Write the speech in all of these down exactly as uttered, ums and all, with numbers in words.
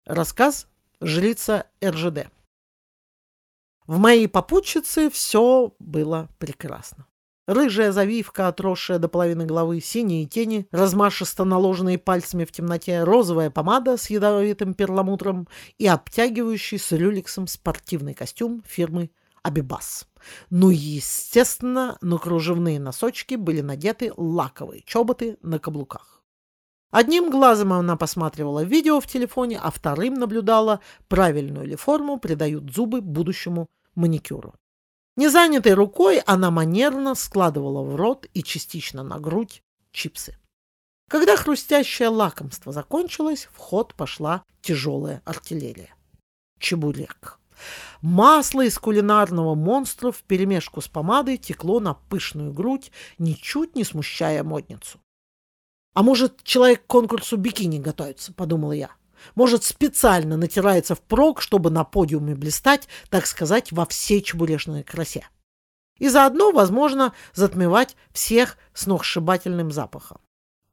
Рассказ жрица эр жэ дэ. В моей попутчице все было прекрасно. Рыжая завивка, отросшая до половины головы, синие тени, размашисто наложенные пальцами в темноте, розовая помада с ядовитым перламутром и обтягивающий с люлексом спортивный костюм фирмы Абибас. Ну и, естественно, на кружевные носочки были надеты лаковые чоботы на каблуках. Одним глазом она посматривала видео в телефоне, а вторым наблюдала, правильную ли форму придают зубы будущему маникюру. Незанятой рукой она манерно складывала в рот и частично на грудь чипсы. Когда хрустящее лакомство закончилось, в ход пошла тяжелая артиллерия. Чебурек. Масло из кулинарного монстра вперемешку с помадой текло на пышную грудь, ничуть не смущая модницу. «А может, человек к конкурсу бикини готовится?» — подумала я. «Может, специально натирается впрок, чтобы на подиуме блистать, так сказать, во всей чебурешной красе. И заодно, возможно, затмевать всех сногсшибательным запахом».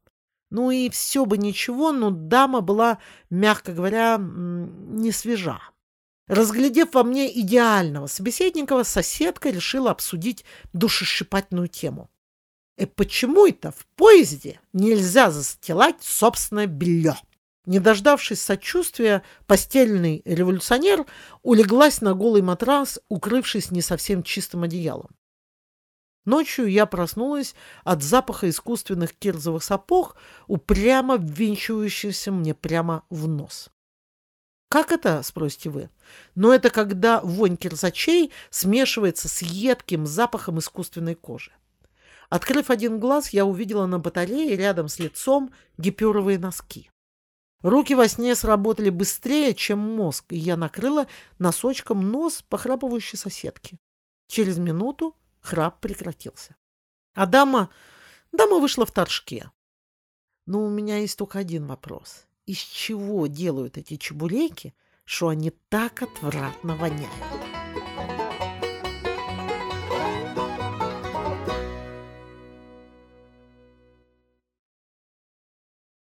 Ну и все бы ничего, но дама была, мягко говоря, не свежа. Разглядев во мне идеального собеседника, соседка решила обсудить душещипательную тему. И почему это в поезде нельзя застилать собственное белье? Не дождавшись сочувствия, постельный революционер улеглась на голый матрас, укрывшись не совсем чистым одеялом. Ночью я проснулась от запаха искусственных кирзовых сапог, упрямо ввинчивающихся мне прямо в нос. Как это, спросите вы? Но это когда вонь кирзачей смешивается с едким запахом искусственной кожи. Открыв один глаз, я увидела на батарее рядом с лицом гипюровые носки. Руки во сне сработали быстрее, чем мозг, и я накрыла носочком нос похрапывающей соседки. Через минуту храп прекратился. А дама... дама вышла в торжке. Но у меня есть только один вопрос. Из чего делают эти чебуреки, что они так отвратно воняют?